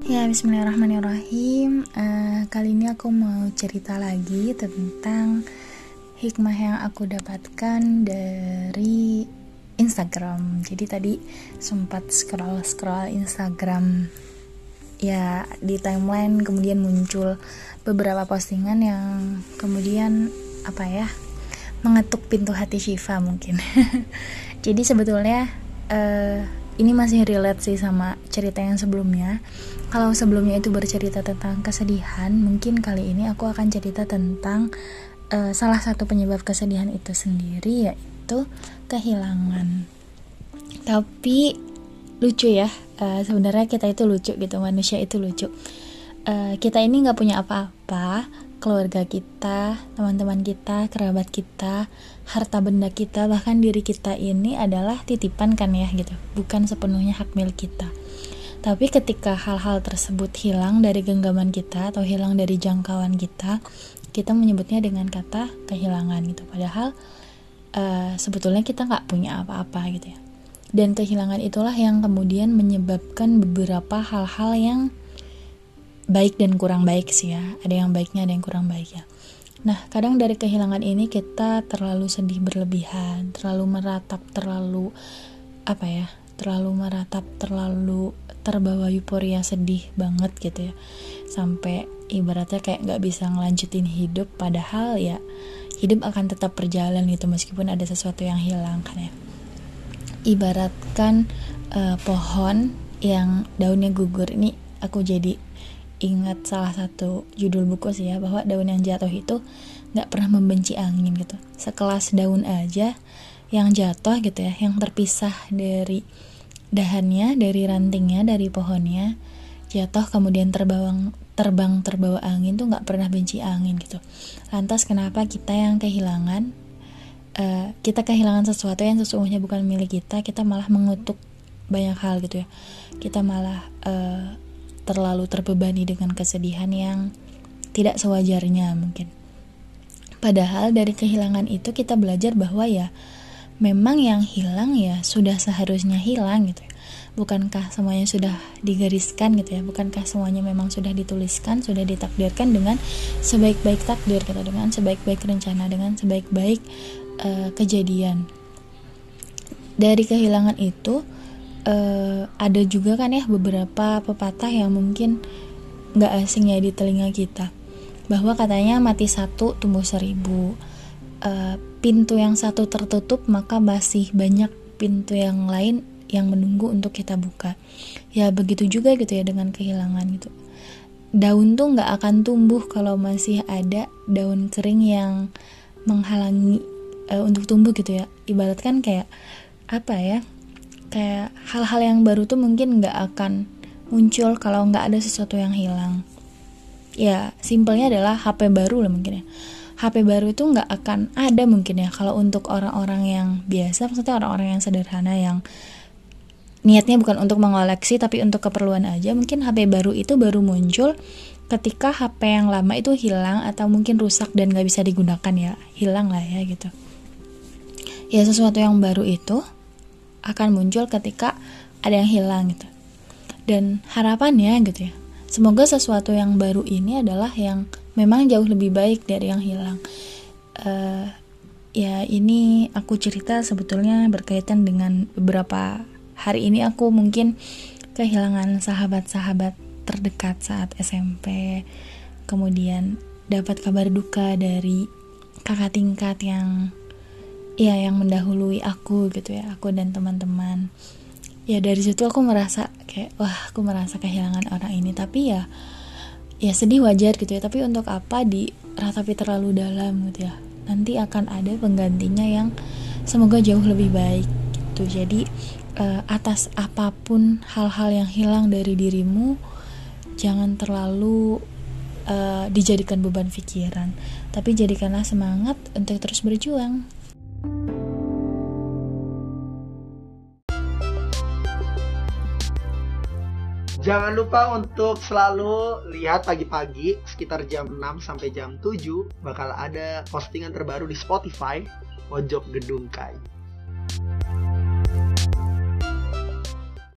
Ya, bismillahirrahmanirrahim. Kali ini aku mau cerita lagi tentang hikmah yang aku dapatkan dari Instagram. Jadi tadi sempat scroll Instagram ya di timeline, kemudian muncul beberapa postingan yang kemudian mengetuk pintu hati Syifa mungkin. Jadi sebetulnya ini masih relate sih sama cerita yang sebelumnya. Kalau sebelumnya itu bercerita tentang kesedihan, mungkin kali ini aku akan cerita tentang salah satu penyebab kesedihan itu sendiri, yaitu kehilangan. Tapi lucu ya, sebenarnya kita itu lucu gitu, manusia itu lucu. Kita ini gak punya apa-apa, keluarga kita, teman-teman kita, kerabat kita, harta benda kita, bahkan diri kita ini adalah titipan kan ya gitu, bukan sepenuhnya hak milik kita. Tapi ketika hal-hal tersebut hilang dari genggaman kita atau hilang dari jangkauan kita menyebutnya dengan kata kehilangan gitu. Padahal sebetulnya kita gak punya apa-apa gitu ya. Dan kehilangan itulah yang kemudian menyebabkan beberapa hal-hal yang baik dan kurang baik sih ya. Ada yang baiknya, ada yang kurang baik ya. Nah, kadang dari kehilangan ini kita terlalu sedih berlebihan, terlalu meratap, terlalu terbawa euforia sedih banget gitu ya. Sampai ibaratnya kayak gak bisa ngelanjutin hidup, padahal ya hidup akan tetap berjalan gitu meskipun ada sesuatu yang hilang kan ya. Ibaratkan pohon yang daunnya gugur, ini aku jadi ingat salah satu judul buku sih ya, bahwa daun yang jatuh itu gak pernah membenci angin gitu. Sekelas daun aja yang jatuh gitu ya, yang terpisah dari dahannya, dari rantingnya, dari pohonnya, jatuh kemudian terbang terbawa angin tuh gak pernah benci angin gitu. Lantas kenapa kita yang kehilangan, kita kehilangan sesuatu yang sesungguhnya bukan milik kita malah mengutuk banyak hal gitu ya. Kita malah terlalu terbebani dengan kesedihan yang tidak sewajarnya mungkin. Padahal dari kehilangan itu kita belajar bahwa ya memang yang hilang ya sudah seharusnya hilang gitu ya. Bukankah semuanya sudah digariskan gitu ya? Bukankah semuanya memang sudah dituliskan, sudah ditakdirkan dengan sebaik-baik takdir gitu, dengan sebaik-baik rencana, dengan sebaik-baik kejadian. Dari kehilangan itu ada juga kan ya beberapa pepatah yang mungkin gak asing ya di telinga kita, bahwa katanya mati satu tumbuh 1000, pintu yang satu tertutup maka masih banyak pintu yang lain yang menunggu untuk kita buka. Ya begitu juga gitu ya dengan kehilangan gitu. Daun tuh gak akan tumbuh kalau masih ada daun kering yang menghalangi untuk tumbuh gitu ya. Ibaratkan kayak kayak hal-hal yang baru tuh mungkin gak akan muncul kalau gak ada sesuatu yang hilang. Ya simpelnya adalah HP baru lah mungkin ya. HP baru itu gak akan ada mungkin ya kalau untuk orang-orang yang biasa, maksudnya orang-orang yang sederhana yang niatnya bukan untuk mengoleksi tapi untuk keperluan aja. Mungkin HP baru itu baru muncul ketika HP yang lama itu hilang atau mungkin rusak dan gak bisa digunakan ya. Hilang lah ya gitu. Ya sesuatu yang baru itu akan muncul ketika ada yang hilang gitu. Dan harapannya gitu ya, semoga sesuatu yang baru ini adalah yang memang jauh lebih baik dari yang hilang. Ya ini aku cerita sebetulnya berkaitan dengan beberapa hari ini aku mungkin kehilangan sahabat-sahabat terdekat saat SMP. Kemudian dapat kabar duka dari kakak tingkat yang mendahului aku gitu ya, aku dan teman-teman. Ya dari situ aku merasa kayak aku merasa kehilangan orang ini. Tapi ya sedih wajar gitu ya, tapi untuk apa diratapi terlalu dalam gitu ya. Nanti akan ada penggantinya yang semoga jauh lebih baik gitu. Jadi atas apapun hal-hal yang hilang dari dirimu, jangan terlalu dijadikan beban pikiran, tapi jadikanlah semangat untuk terus berjuang. Jangan lupa untuk selalu lihat pagi-pagi sekitar jam 6 sampai jam 7 bakal ada postingan terbaru di Spotify Pojok Gedung Kai.